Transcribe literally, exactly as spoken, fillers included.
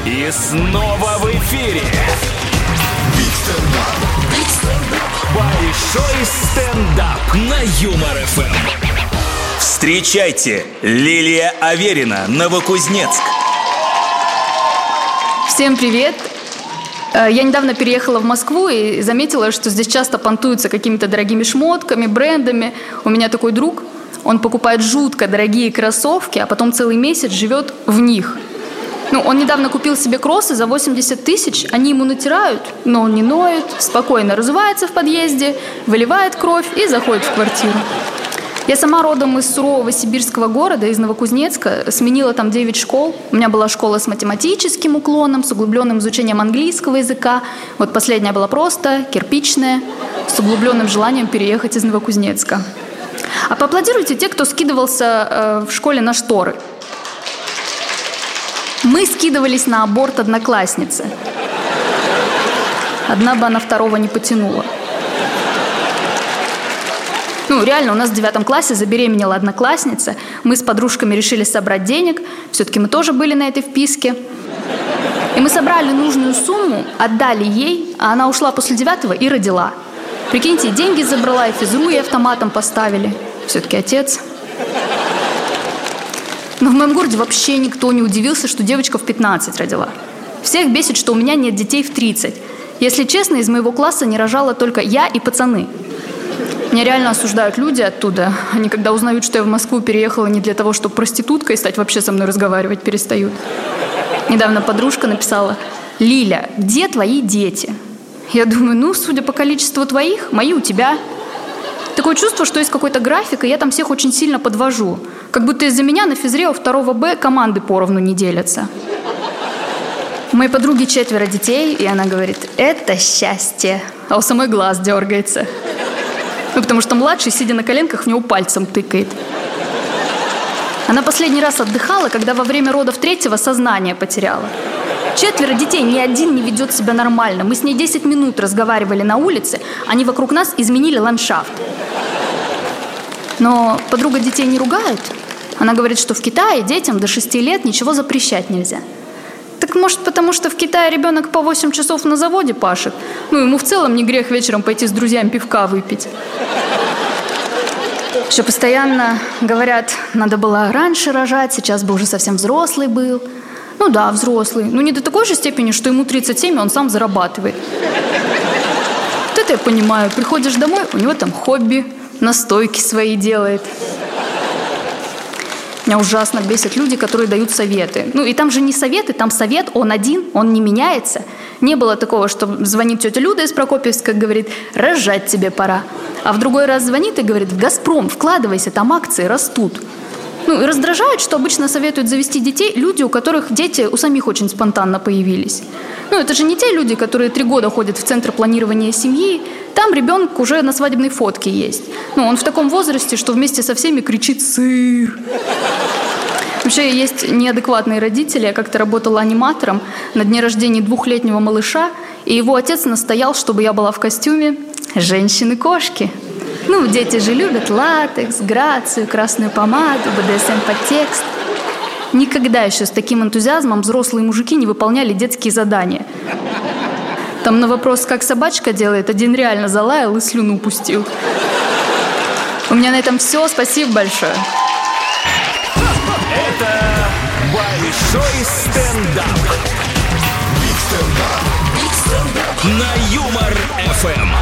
И снова в эфире большой стендап на Юмор эф эм. Встречайте, Лилия Аверина, Новокузнецк. Всем привет! Я недавно переехала в Москву и заметила, что здесь часто понтуются какими-то дорогими шмотками, брендами. У меня такой друг, он покупает жутко дорогие кроссовки, а потом целый месяц живет в них. Ну, он недавно купил себе кроссы за восемьдесят тысяч, они ему натирают, но он не ноет, спокойно разувается в подъезде, выливает кровь и заходит в квартиру. Я сама родом из сурового сибирского города, из Новокузнецка, сменила там девять школ. У меня была школа с математическим уклоном, с углубленным изучением английского языка. Вот последняя была просто, кирпичная, с углубленным желанием переехать из Новокузнецка. А поаплодируйте те, кто скидывался э, в школе на шторы. Мы скидывались на аборт одноклассницы. Одна бы она второго не потянула. Ну, реально, у нас в девятом классе забеременела одноклассница. Мы с подружками решили собрать денег. Все-таки мы тоже были на этой вписке. И мы собрали нужную сумму, отдали ей, а она ушла после девятого и родила. Прикиньте, деньги забрала, и физру ей автоматом поставили. Все-таки отец. Но в моем городе вообще никто не удивился, что девочка в пятнадцать родила. Всех бесит, что у меня нет детей в тридцать. Если честно, из моего класса не рожала только я и пацаны. Меня реально осуждают люди оттуда. Они, когда узнают, что я в Москву переехала не для того, чтобы проституткой стать, вообще со мной разговаривать перестают. Недавно подружка написала: «Лиля, где твои дети?» Я думаю, ну, судя по количеству твоих, мои у тебя. Такое чувство, что есть какой-то график, и я там всех очень сильно подвожу. Как будто из-за меня на физре у второго Б команды поровну не делятся. У моей подруги четверо детей, и она говорит: «Это счастье». А у самой глаз дергается. Ну, потому что младший, сидя на коленках, в него пальцем тыкает. Она последний раз отдыхала, когда во время родов третьего сознание потеряла. Четверо детей, ни один не ведет себя нормально. Мы с ней десять минут разговаривали на улице, они вокруг нас изменили ландшафт. Но подруга детей не ругает. Она говорит, что в Китае детям до шести лет ничего запрещать нельзя. Так может, потому что в Китае ребенок по восемь часов на заводе пашет? Ну, ему в целом не грех вечером пойти с друзьями пивка выпить. Еще постоянно говорят, надо было раньше рожать, сейчас бы уже совсем взрослый был. Ну да, взрослый. Но не до такой же степени, что ему тридцать семь, и он сам зарабатывает. Вот это я понимаю. Приходишь домой, у него там хобби, настойки свои делает. Меня ужасно бесят люди, которые дают советы. Ну, и там же не советы, там совет, он один, он не меняется. Не было такого, что звонит тетя Люда из Прокопьевска, говорит: «Рожать тебе пора». А в другой раз звонит и говорит: «В Газпром вкладывайся, там акции растут». Ну, и раздражает, что обычно советуют завести детей люди, у которых дети у самих очень спонтанно появились. Ну, это же не те люди, которые три года ходят в центр планирования семьи. Там ребенок уже на свадебной фотке есть. Ну, он в таком возрасте, что вместе со всеми кричит «сыр». Вообще есть неадекватные родители. Я как-то работала аниматором на дне рождения двухлетнего малыша, и его отец настоял, чтобы я была в костюме женщины-кошки. Ну, дети же любят латекс, грацию, красную помаду, бэ дэ эс эм-подтекст. Никогда еще с таким энтузиазмом взрослые мужики не выполняли детские задания. Там на вопрос, как собачка делает, один реально залаял и слюну пустил. У меня на этом все. Спасибо большое. Это большой стендап. На Юмор эф эм.